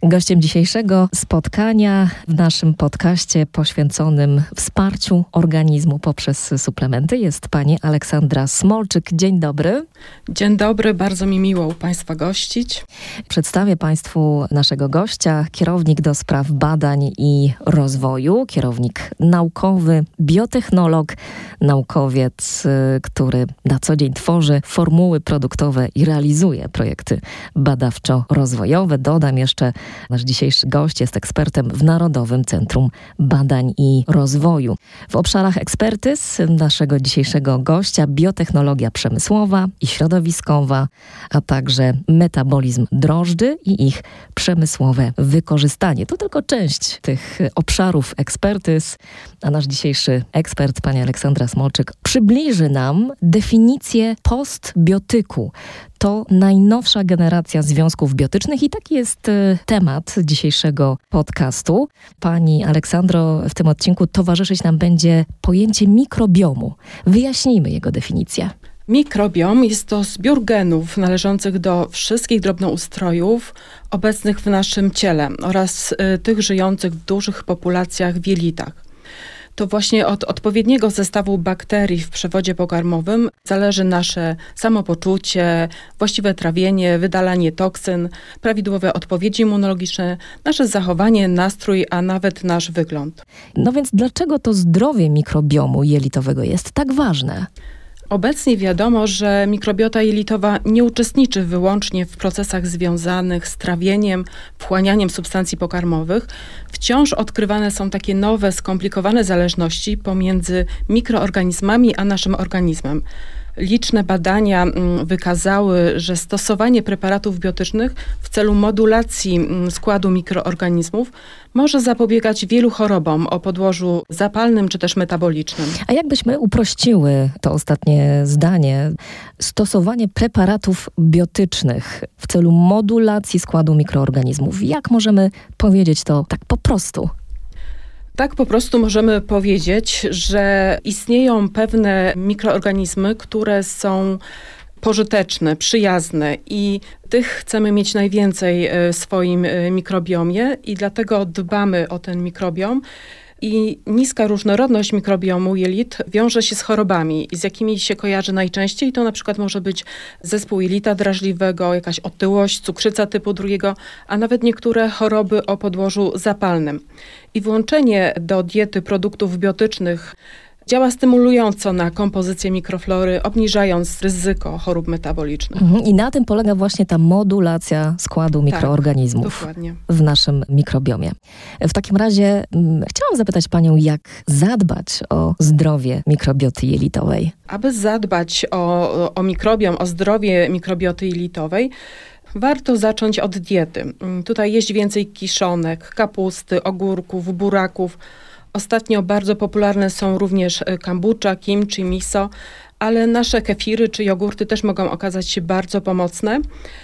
Gościem dzisiejszego spotkania w naszym podcaście poświęconym wsparciu organizmu poprzez suplementy jest pani Aleksandra Smolczyk. Dzień dobry. Dzień dobry, bardzo mi miło u Państwa gościć. Przedstawię Państwu naszego gościa, kierownik do spraw badań i rozwoju, kierownik naukowy, biotechnolog, naukowiec, który na co dzień tworzy formuły produktowe i realizuje projekty badawczo-rozwojowe. Dodam jeszcze, nasz dzisiejszy gość jest ekspertem w Narodowym Centrum Badań i Rozwoju. W obszarach ekspertyz naszego dzisiejszego gościa biotechnologia przemysłowa i środowiskowa, a także metabolizm drożdży i ich przemysłowe wykorzystanie. To tylko część tych obszarów ekspertyz, a nasz dzisiejszy ekspert, pani Aleksandra Smolczyk, przybliży nam definicję postbiotyku. To najnowsza generacja związków biotycznych i taki jest temat dzisiejszego podcastu. Pani Aleksandro, w tym odcinku towarzyszyć nam będzie pojęcie mikrobiomu. Wyjaśnijmy jego definicję. Mikrobiom jest to zbiór genów należących do wszystkich drobnoustrojów obecnych w naszym ciele oraz tych żyjących w dużych populacjach w jelitach. To właśnie od odpowiedniego zestawu bakterii w przewodzie pokarmowym zależy nasze samopoczucie, właściwe trawienie, wydalanie toksyn, prawidłowe odpowiedzi immunologiczne, nasze zachowanie, nastrój, a nawet nasz wygląd. No więc dlaczego to zdrowie mikrobiomu jelitowego jest tak ważne? Obecnie wiadomo, że mikrobiota jelitowa nie uczestniczy wyłącznie w procesach związanych z trawieniem, wchłanianiem substancji pokarmowych. Wciąż odkrywane są takie nowe, skomplikowane zależności pomiędzy mikroorganizmami a naszym organizmem. Liczne badania wykazały, że stosowanie preparatów biotycznych w celu modulacji składu mikroorganizmów może zapobiegać wielu chorobom o podłożu zapalnym czy też metabolicznym. A jakbyśmy uprościły to ostatnie zdanie, stosowanie preparatów biotycznych w celu modulacji składu mikroorganizmów, jak możemy powiedzieć to tak po prostu? Tak po prostu możemy powiedzieć, że istnieją pewne mikroorganizmy, które są pożyteczne, przyjazne i tych chcemy mieć najwięcej w swoim mikrobiomie i dlatego dbamy o ten mikrobiom. I niska różnorodność mikrobiomu jelit wiąże się z chorobami, z jakimi się kojarzy najczęściej. To na przykład może być zespół jelita drażliwego, jakaś otyłość, cukrzyca typu 2, a nawet niektóre choroby o podłożu zapalnym. I włączenie do diety produktów biotycznych działa stymulująco na kompozycję mikroflory, obniżając ryzyko chorób metabolicznych. I na tym polega właśnie ta modulacja składu mikroorganizmów dokładnie. W naszym mikrobiomie. W takim razie chciałam zapytać panią, jak zadbać o zdrowie mikrobioty jelitowej? Aby zadbać o mikrobiom, o zdrowie mikrobioty jelitowej, warto zacząć od diety. Tutaj jeść więcej kiszonek, kapusty, ogórków, buraków. Ostatnio bardzo popularne są również kombucha, kimchi, miso, ale nasze kefiry czy jogurty też mogą okazać się bardzo pomocne.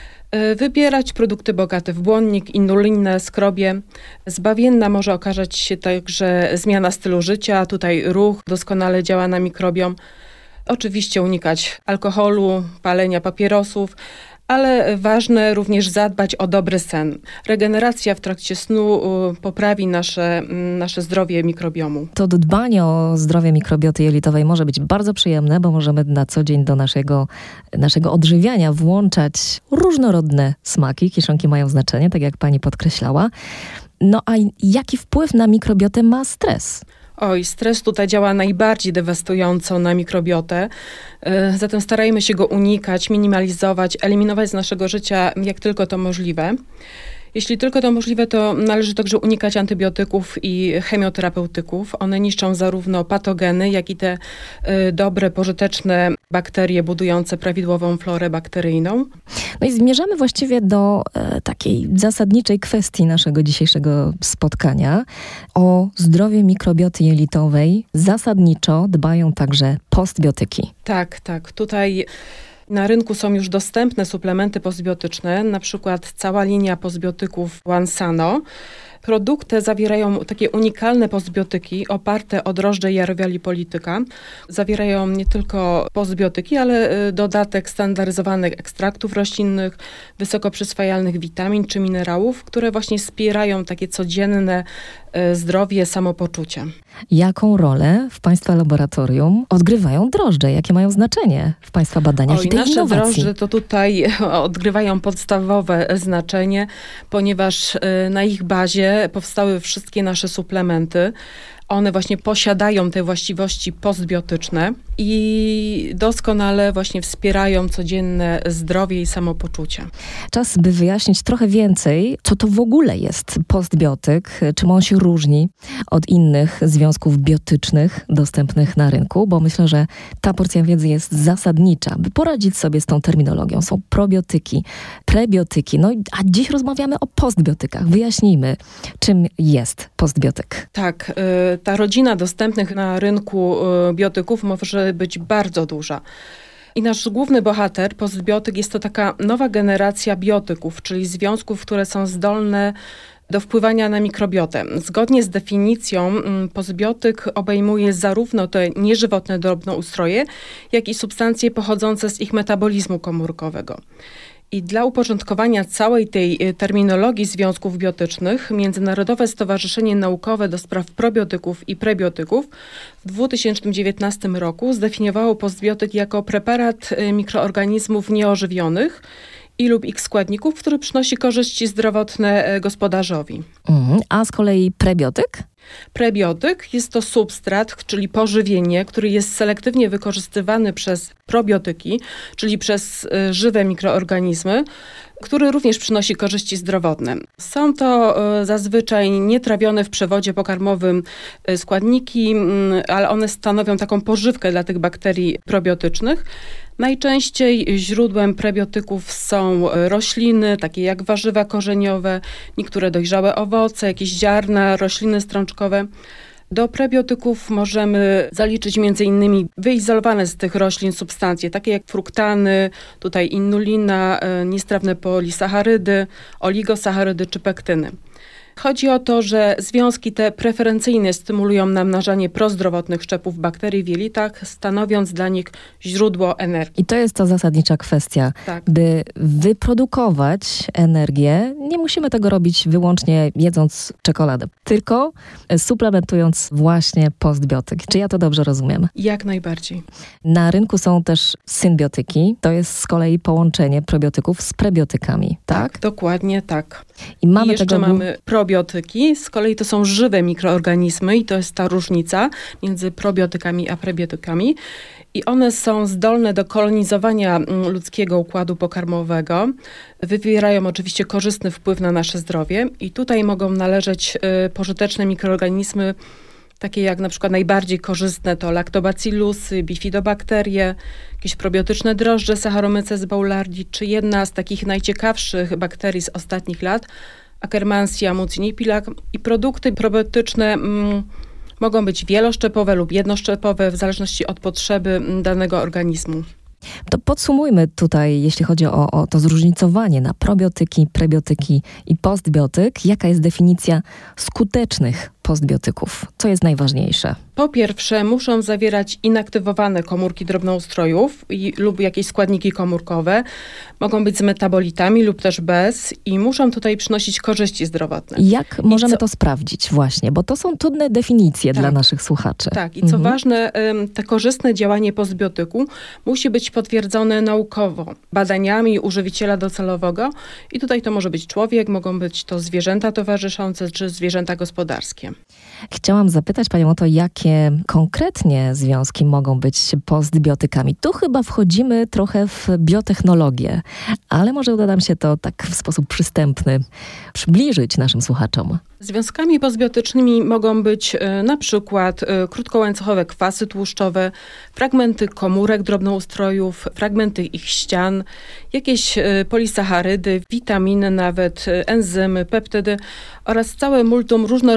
Wybierać produkty bogate w błonnik, inulinę, skrobię. Zbawienna może okazać się także zmiana stylu życia. Tutaj ruch doskonale działa na mikrobiom. Oczywiście unikać alkoholu, palenia papierosów, ale ważne również zadbać o dobry sen. Regeneracja w trakcie snu poprawi nasze zdrowie mikrobiomu. To dbanie o zdrowie mikrobioty jelitowej może być bardzo przyjemne, bo możemy na co dzień do naszego odżywiania włączać różnorodne smaki. Kiszonki mają znaczenie, tak jak pani podkreślała. No a jaki wpływ na mikrobiotę ma stres? Stres tutaj działa najbardziej dewastująco na mikrobiotę, zatem starajmy się go unikać, minimalizować, eliminować z naszego życia jak tylko to możliwe. Jeśli tylko to możliwe, to należy także unikać antybiotyków i chemioterapeutyków. One niszczą zarówno patogeny, jak i te dobre, pożyteczne bakterie budujące prawidłową florę bakteryjną. No i zmierzamy właściwie do takiej zasadniczej kwestii naszego dzisiejszego spotkania. O zdrowie mikrobioty jelitowej zasadniczo dbają także postbiotyki. Tak. Tutaj na rynku są już dostępne suplementy postbiotyczne, na przykład cała linia postbiotyków Onesano, Produkty zawierają takie unikalne postbiotyki oparte o drożdże Jarowia lipolityka. Zawierają nie tylko postbiotyki, ale dodatek standaryzowanych ekstraktów roślinnych, wysoko przyswajalnych witamin czy minerałów, które właśnie wspierają takie codzienne zdrowie, samopoczucie. Jaką rolę w Państwa laboratorium odgrywają drożdże? Jakie mają znaczenie w Państwa badaniach i tej nasze innowacji? drożdże to tutaj odgrywają podstawowe znaczenie, ponieważ na ich bazie powstały wszystkie nasze suplementy. One właśnie posiadają te właściwości postbiotyczne i doskonale właśnie wspierają codzienne zdrowie i samopoczucie. Czas, by wyjaśnić trochę więcej, co to w ogóle jest postbiotyk, czym on się różni od innych związków biotycznych dostępnych na rynku, bo myślę, że ta porcja wiedzy jest zasadnicza, by poradzić sobie z tą terminologią. Są probiotyki, prebiotyki, a dziś rozmawiamy o postbiotykach. Wyjaśnijmy, czym jest postbiotyk. Tak, ta rodzina dostępnych na rynku biotyków może być bardzo duża. I nasz główny bohater, postbiotyk, jest to taka nowa generacja biotyków, czyli związków, które są zdolne do wpływania na mikrobiotę. Zgodnie z definicją postbiotyk obejmuje zarówno te nieżywotne drobnoustroje, jak i substancje pochodzące z ich metabolizmu komórkowego. I dla uporządkowania całej tej terminologii związków biotycznych Międzynarodowe Stowarzyszenie Naukowe do Spraw Probiotyków i Prebiotyków w 2019 roku zdefiniowało postbiotyk jako preparat mikroorganizmów nieożywionych i lub ich składników, który przynosi korzyści zdrowotne gospodarzowi. A z kolei prebiotyk? Prebiotyk jest to substrat, czyli pożywienie, który jest selektywnie wykorzystywany przez probiotyki, czyli przez żywe mikroorganizmy, który również przynosi korzyści zdrowotne. Są to zazwyczaj nietrawione w przewodzie pokarmowym składniki, ale one stanowią taką pożywkę dla tych bakterii probiotycznych. Najczęściej źródłem prebiotyków są rośliny, takie jak warzywa korzeniowe, niektóre dojrzałe owoce, jakieś ziarna, rośliny strączkowe. Do prebiotyków możemy zaliczyć m.in. wyizolowane z tych roślin substancje, takie jak fruktany, tutaj inulina, niestrawne polisacharydy, oligosacharydy czy pektyny. Chodzi o to, że związki te preferencyjnie stymulują namnażanie prozdrowotnych szczepów bakterii w jelitach, stanowiąc dla nich źródło energii. I to jest ta zasadnicza kwestia. Tak. By wyprodukować energię, nie musimy tego robić wyłącznie jedząc czekoladę, tylko suplementując właśnie postbiotyk. Czy ja to dobrze rozumiem? Jak najbardziej. Na rynku są też symbiotyki. To jest z kolei połączenie probiotyków z prebiotykami, tak? Dokładnie tak. I mamy mamy probiotyki, z kolei to są żywe mikroorganizmy i to jest ta różnica między probiotykami a prebiotykami. I one są zdolne do kolonizowania ludzkiego układu pokarmowego. Wywierają oczywiście korzystny wpływ na nasze zdrowie i tutaj mogą należeć pożyteczne mikroorganizmy, takie jak na przykład najbardziej korzystne to lactobacillusy, bifidobakterie, jakieś probiotyczne drożdże Saccharomyces boulardii, czy jedna z takich najciekawszych bakterii z ostatnich lat, Akkermansia mucinipilac. I produkty probiotyczne mogą być wieloszczepowe lub jednoszczepowe w zależności od potrzeby danego organizmu. To podsumujmy tutaj, jeśli chodzi o to zróżnicowanie na probiotyki, prebiotyki i postbiotyk. Jaka jest definicja skutecznych postbiotyków? Co jest najważniejsze? Po pierwsze, muszą zawierać inaktywowane komórki drobnoustrojów lub jakieś składniki komórkowe. Mogą być z metabolitami lub też bez i muszą tutaj przynosić korzyści zdrowotne. Jak możemy to sprawdzić właśnie? Bo to są trudne definicje dla naszych słuchaczy. Tak. I co ważne, te korzystne działanie postbiotyku musi być potwierdzone naukowo badaniami używiciela docelowego i tutaj to może być człowiek, mogą być to zwierzęta towarzyszące czy zwierzęta gospodarskie. Chciałam zapytać Panią o to, jakie konkretnie związki mogą być postbiotykami. Tu chyba wchodzimy trochę w biotechnologię, ale może uda nam się to tak w sposób przystępny przybliżyć naszym słuchaczom. Związkami postbiotycznymi mogą być na przykład krótkołańcuchowe kwasy tłuszczowe, fragmenty komórek drobnoustrojów, fragmenty ich ścian, jakieś polisacharydy, witaminy, nawet enzymy, peptydy oraz całe multum różnorodnych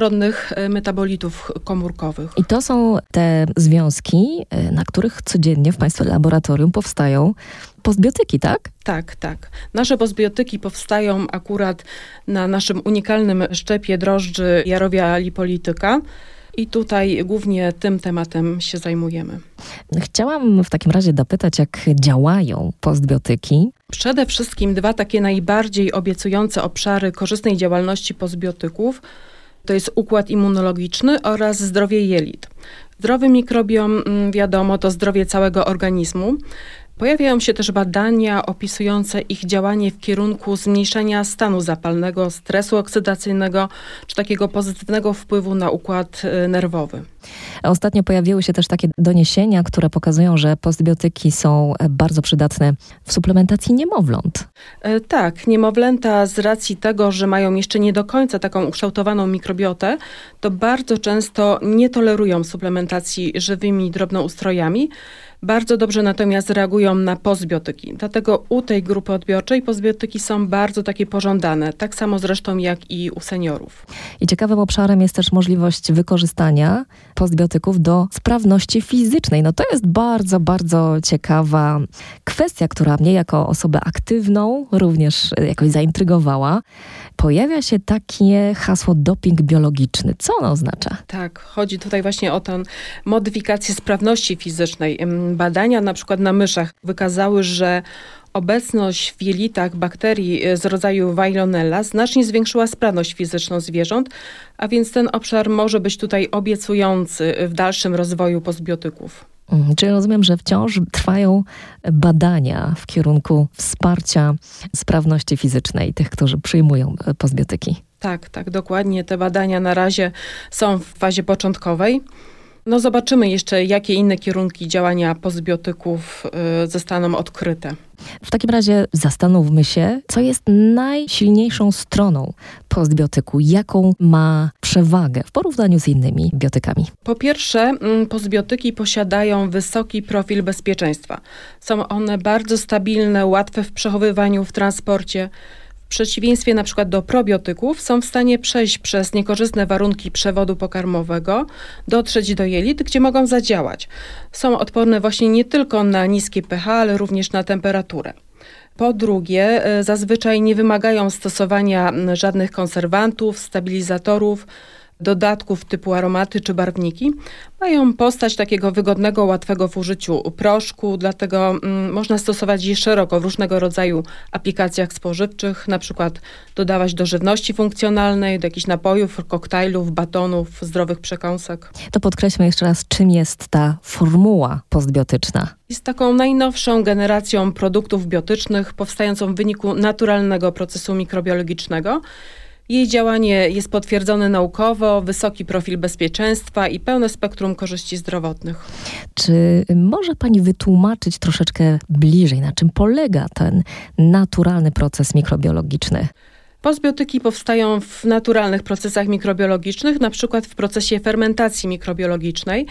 metabolitów komórkowych. I to są te związki, na których codziennie w Państwa laboratorium powstają postbiotyki, tak? Tak, tak. Nasze postbiotyki powstają akurat na naszym unikalnym szczepie drożdży Jarowia lipolityka. I tutaj głównie tym tematem się zajmujemy. Chciałam w takim razie dopytać, jak działają postbiotyki. Przede wszystkim dwa takie najbardziej obiecujące obszary korzystnej działalności postbiotyków to jest układ immunologiczny oraz zdrowie jelit. Zdrowy mikrobiom, wiadomo, to zdrowie całego organizmu. Pojawiają się też badania opisujące ich działanie w kierunku zmniejszenia stanu zapalnego, stresu oksydacyjnego czy takiego pozytywnego wpływu na układ nerwowy. Ostatnio pojawiły się też takie doniesienia, które pokazują, że postbiotyki są bardzo przydatne w suplementacji niemowląt. Tak, niemowlęta z racji tego, że mają jeszcze nie do końca taką ukształtowaną mikrobiotę, to bardzo często nie tolerują suplementacji żywymi drobnoustrojami. Bardzo dobrze natomiast reagują na postbiotyki. Dlatego u tej grupy odbiorczej postbiotyki są bardzo takie pożądane. Tak samo zresztą jak i u seniorów. I ciekawym obszarem jest też możliwość wykorzystania postbiotyków do sprawności fizycznej. No to jest bardzo, bardzo ciekawa kwestia, która mnie jako osobę aktywną również jakoś zaintrygowała. Pojawia się takie hasło doping biologiczny. Co ono oznacza? Tak, chodzi tutaj właśnie o tę modyfikację sprawności fizycznej. Badania na przykład na myszach wykazały, że obecność w jelitach bakterii z rodzaju Veillonella znacznie zwiększyła sprawność fizyczną zwierząt, a więc ten obszar może być tutaj obiecujący w dalszym rozwoju postbiotyków. Czyli rozumiem, że wciąż trwają badania w kierunku wsparcia sprawności fizycznej tych, którzy przyjmują postbiotyki. Tak, tak, dokładnie. Te badania na razie są w fazie początkowej. No zobaczymy jeszcze, jakie inne kierunki działania postbiotyków zostaną odkryte. W takim razie zastanówmy się, co jest najsilniejszą stroną postbiotyku, jaką ma przewagę w porównaniu z innymi biotykami. Po pierwsze, postbiotyki posiadają wysoki profil bezpieczeństwa. Są one bardzo stabilne, łatwe w przechowywaniu, w transporcie. W przeciwieństwie na przykład do probiotyków są w stanie przejść przez niekorzystne warunki przewodu pokarmowego, dotrzeć do jelit, gdzie mogą zadziałać. Są odporne właśnie nie tylko na niskie pH, ale również na temperaturę. Po drugie, zazwyczaj nie wymagają stosowania żadnych konserwantów, stabilizatorów, dodatków typu aromaty czy barwniki. Mają postać takiego wygodnego, łatwego w użyciu proszku, dlatego można stosować je szeroko w różnego rodzaju aplikacjach spożywczych, na przykład dodawać do żywności funkcjonalnej, do jakichś napojów, koktajlów, batonów, zdrowych przekąsek. To podkreślmy jeszcze raz, czym jest ta formuła postbiotyczna. Jest taką najnowszą generacją produktów biotycznych powstającą w wyniku naturalnego procesu mikrobiologicznego. Jej działanie jest potwierdzone naukowo, wysoki profil bezpieczeństwa i pełne spektrum korzyści zdrowotnych. Czy może pani wytłumaczyć troszeczkę bliżej, na czym polega ten naturalny proces mikrobiologiczny? Postbiotyki powstają w naturalnych procesach mikrobiologicznych, na przykład w procesie fermentacji mikrobiologicznej.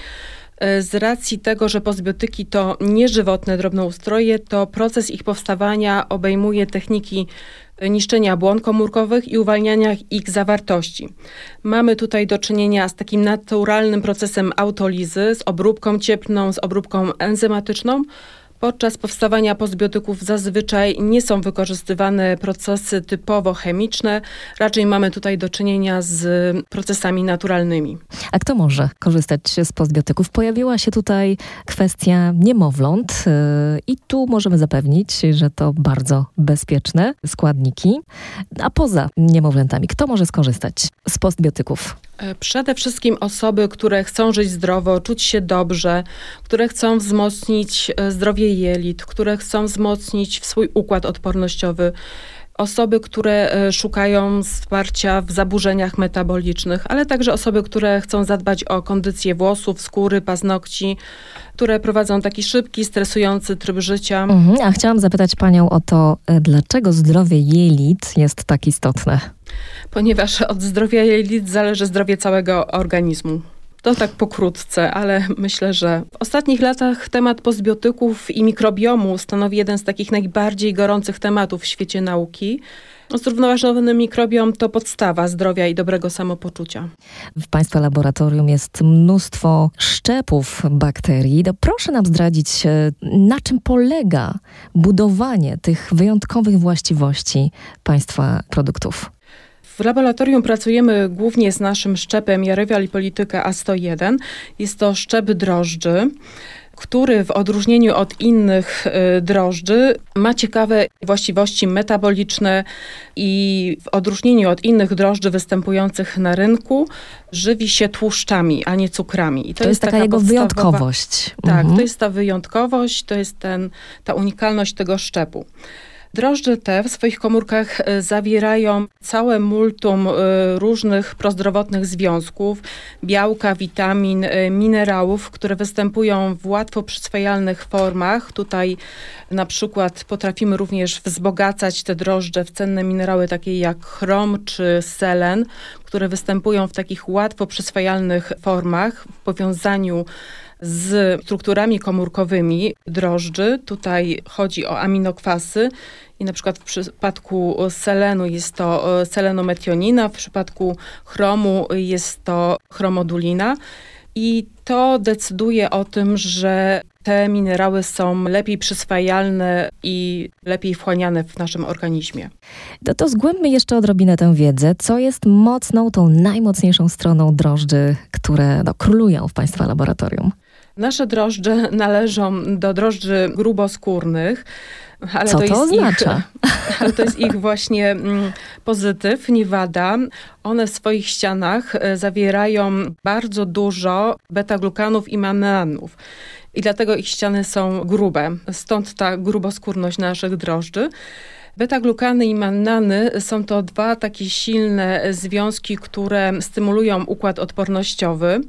Z racji tego, że postbiotyki to nieżywotne drobnoustroje, to proces ich powstawania obejmuje techniki niszczenia błon komórkowych i uwalniania ich zawartości. Mamy tutaj do czynienia z takim naturalnym procesem autolizy, z obróbką cieplną, z obróbką enzymatyczną. Podczas powstawania postbiotyków zazwyczaj nie są wykorzystywane procesy typowo chemiczne. Raczej mamy tutaj do czynienia z procesami naturalnymi. A kto może korzystać z postbiotyków? Pojawiła się tutaj kwestia niemowląt i tu możemy zapewnić, że to bardzo bezpieczne składniki. A poza niemowlętami, kto może skorzystać z postbiotyków? Przede wszystkim osoby, które chcą żyć zdrowo, czuć się dobrze, które chcą wzmocnić zdrowie jelit, które chcą wzmocnić swój układ odpornościowy. Osoby, które szukają wsparcia w zaburzeniach metabolicznych, ale także osoby, które chcą zadbać o kondycję włosów, skóry, paznokci, które prowadzą taki szybki, stresujący tryb życia. A chciałam zapytać panią o to, dlaczego zdrowie jelit jest tak istotne? Ponieważ od zdrowia jelit zależy zdrowie całego organizmu. To tak pokrótce, ale myślę, że w ostatnich latach temat postbiotyków i mikrobiomu stanowi jeden z takich najbardziej gorących tematów w świecie nauki. Zrównoważony mikrobiom to podstawa zdrowia i dobrego samopoczucia. W Państwa laboratorium jest mnóstwo szczepów bakterii. Proszę nam zdradzić, na czym polega budowanie tych wyjątkowych właściwości Państwa produktów. W laboratorium pracujemy głównie z naszym szczepem Jarowia lipolityka A101. Jest to szczep drożdży, który w odróżnieniu od innych drożdży ma ciekawe właściwości metaboliczne i w odróżnieniu od innych drożdży występujących na rynku żywi się tłuszczami, a nie cukrami. I to jest taka jego wyjątkowość. Tak, to jest ta wyjątkowość, to jest ta unikalność tego szczepu. Drożdże te w swoich komórkach zawierają całe multum różnych prozdrowotnych związków, białka, witamin, minerałów, które występują w łatwo przyswajalnych formach. Tutaj na przykład potrafimy również wzbogacać te drożdże w cenne minerały takie jak chrom czy selen, które występują w takich łatwo przyswajalnych formach w powiązaniu z strukturami komórkowymi drożdży. Tutaj chodzi o aminokwasy i na przykład w przypadku selenu jest to selenometionina, w przypadku chromu jest to chromodulina i to decyduje o tym, że te minerały są lepiej przyswajalne i lepiej wchłaniane w naszym organizmie. To zgłębmy jeszcze odrobinę tę wiedzę. Co jest tą najmocniejszą stroną drożdży, które królują w Państwa laboratorium? Nasze drożdże należą do drożdży gruboskórnych. Ale co to oznacza? Ale to jest ich właśnie pozytyw, nie wada. One w swoich ścianach zawierają bardzo dużo beta-glukanów i mannanów. I dlatego ich ściany są grube. Stąd ta gruboskórność naszych drożdży. Beta-glukany i mannany są to dwa takie silne związki, które stymulują układ odpornościowy,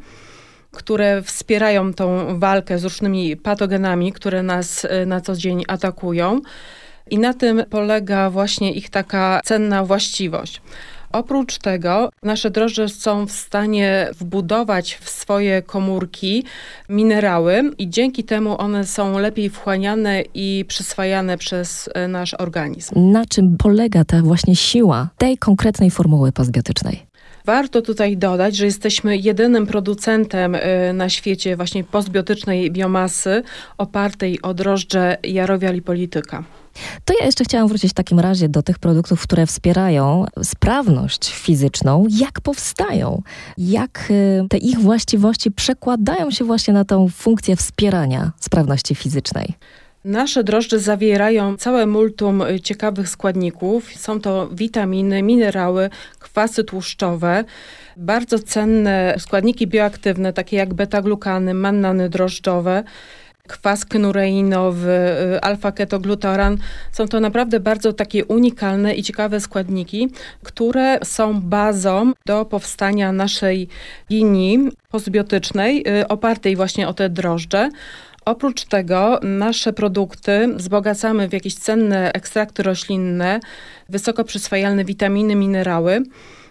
które wspierają tą walkę z różnymi patogenami, które nas na co dzień atakują. I na tym polega właśnie ich taka cenna właściwość. Oprócz tego nasze drożdże są w stanie wbudować w swoje komórki minerały i dzięki temu one są lepiej wchłaniane i przyswajane przez nasz organizm. Na czym polega ta właśnie siła tej konkretnej formuły postbiotycznej? Warto tutaj dodać, że jesteśmy jedynym producentem na świecie właśnie postbiotycznej biomasy opartej o drożdże Jarowia lipolityka. To ja jeszcze chciałam wrócić w takim razie do tych produktów, które wspierają sprawność fizyczną. Jak powstają? Jak te ich właściwości przekładają się właśnie na tą funkcję wspierania sprawności fizycznej? Nasze drożdże zawierają całe multum ciekawych składników. Są to witaminy, minerały, kwasy tłuszczowe, bardzo cenne składniki bioaktywne, takie jak beta-glukany, mannany drożdżowe, kwas knureinowy, alfa-ketoglutoran. Są to naprawdę bardzo takie unikalne i ciekawe składniki, które są bazą do powstania naszej linii postbiotycznej, opartej właśnie o te drożdże. Oprócz tego nasze produkty wzbogacamy w jakieś cenne ekstrakty roślinne, wysoko przyswajalne witaminy, minerały.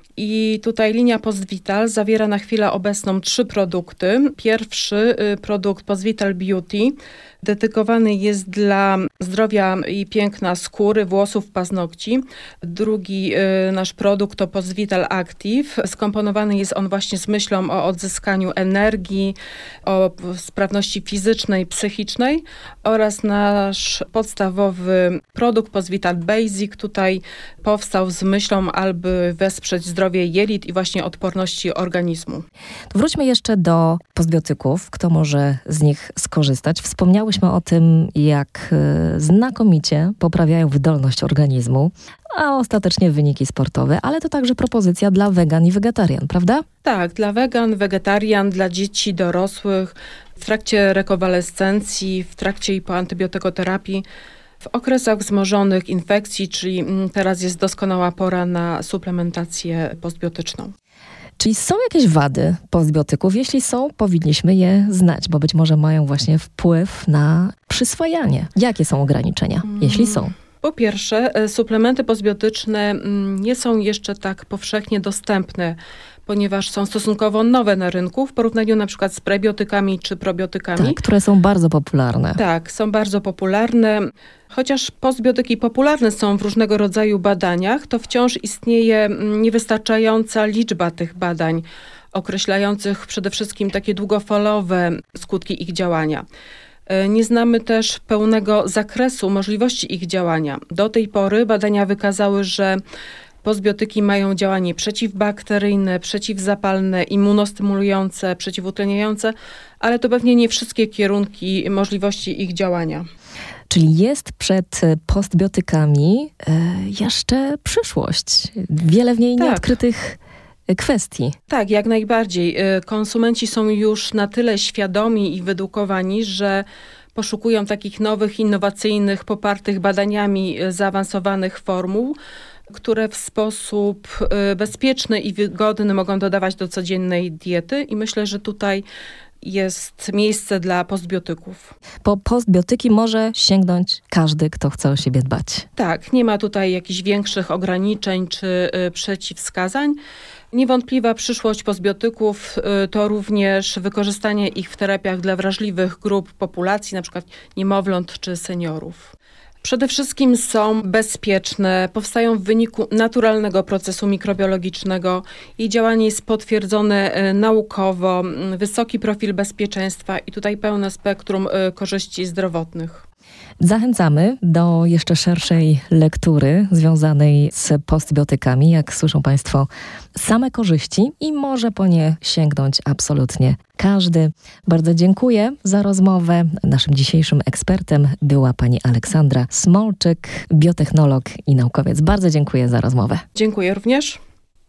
I tutaj linia Postvital zawiera na chwilę obecną 3 produkty. Pierwszy produkt Postvital Beauty dedykowany jest dla zdrowia i piękna skóry, włosów, paznokci. Drugi nasz produkt to Postvital Active. Skomponowany jest on właśnie z myślą o odzyskaniu energii, o sprawności fizycznej, psychicznej oraz nasz podstawowy produkt Postvital Basic tutaj powstał z myślą, aby wesprzeć zdrowie jelit i właśnie odporności organizmu. To wróćmy jeszcze do postbiotyków. Kto może z nich skorzystać? Wspomniałyśmy o tym, jak znakomicie poprawiają wydolność organizmu, a ostatecznie wyniki sportowe, ale to także propozycja dla wegan i wegetarian, prawda? Tak, dla wegan, wegetarian, dla dzieci, dorosłych, w trakcie rekonwalescencji, w trakcie i po antybiotykoterapii, w okresach wzmożonych infekcji, czyli teraz jest doskonała pora na suplementację postbiotyczną. Czyli są jakieś wady postbiotyków? Jeśli są, powinniśmy je znać, bo być może mają właśnie wpływ na przyswajanie. Jakie są ograniczenia, jeśli są? Po pierwsze, suplementy postbiotyczne nie są jeszcze tak powszechnie dostępne, ponieważ są stosunkowo nowe na rynku w porównaniu na przykład z prebiotykami czy probiotykami. Tak, które są bardzo popularne. Tak, są bardzo popularne. Chociaż postbiotyki popularne są w różnego rodzaju badaniach, to wciąż istnieje niewystarczająca liczba tych badań, określających przede wszystkim takie długofalowe skutki ich działania. Nie znamy też pełnego zakresu możliwości ich działania. Do tej pory badania wykazały, że postbiotyki mają działanie przeciwbakteryjne, przeciwzapalne, immunostymulujące, przeciwutleniające, ale to pewnie nie wszystkie kierunki możliwości ich działania. Czyli jest przed postbiotykami jeszcze przyszłość. Wiele w niej nieodkrytych kwestii. Tak, jak najbardziej. Konsumenci są już na tyle świadomi i wyedukowani, że poszukują takich nowych, innowacyjnych, popartych badaniami zaawansowanych formuł, które w sposób bezpieczny i wygodny mogą dodawać do codziennej diety i myślę, że tutaj jest miejsce dla postbiotyków. Po postbiotyki może sięgnąć każdy, kto chce o siebie dbać. Tak, nie ma tutaj jakichś większych ograniczeń czy przeciwwskazań. Niewątpliwa przyszłość postbiotyków to również wykorzystanie ich w terapiach dla wrażliwych grup populacji, np. niemowląt czy seniorów. Przede wszystkim są bezpieczne, powstają w wyniku naturalnego procesu mikrobiologicznego. Ich działanie jest potwierdzone naukowo, wysoki profil bezpieczeństwa i tutaj pełne spektrum korzyści zdrowotnych. Zachęcamy do jeszcze szerszej lektury związanej z postbiotykami. Jak słyszą Państwo, same korzyści i może po nie sięgnąć absolutnie każdy. Bardzo dziękuję za rozmowę. Naszym dzisiejszym ekspertem była pani Aleksandra Smolczyk, biotechnolog i naukowiec. Bardzo dziękuję za rozmowę. Dziękuję również.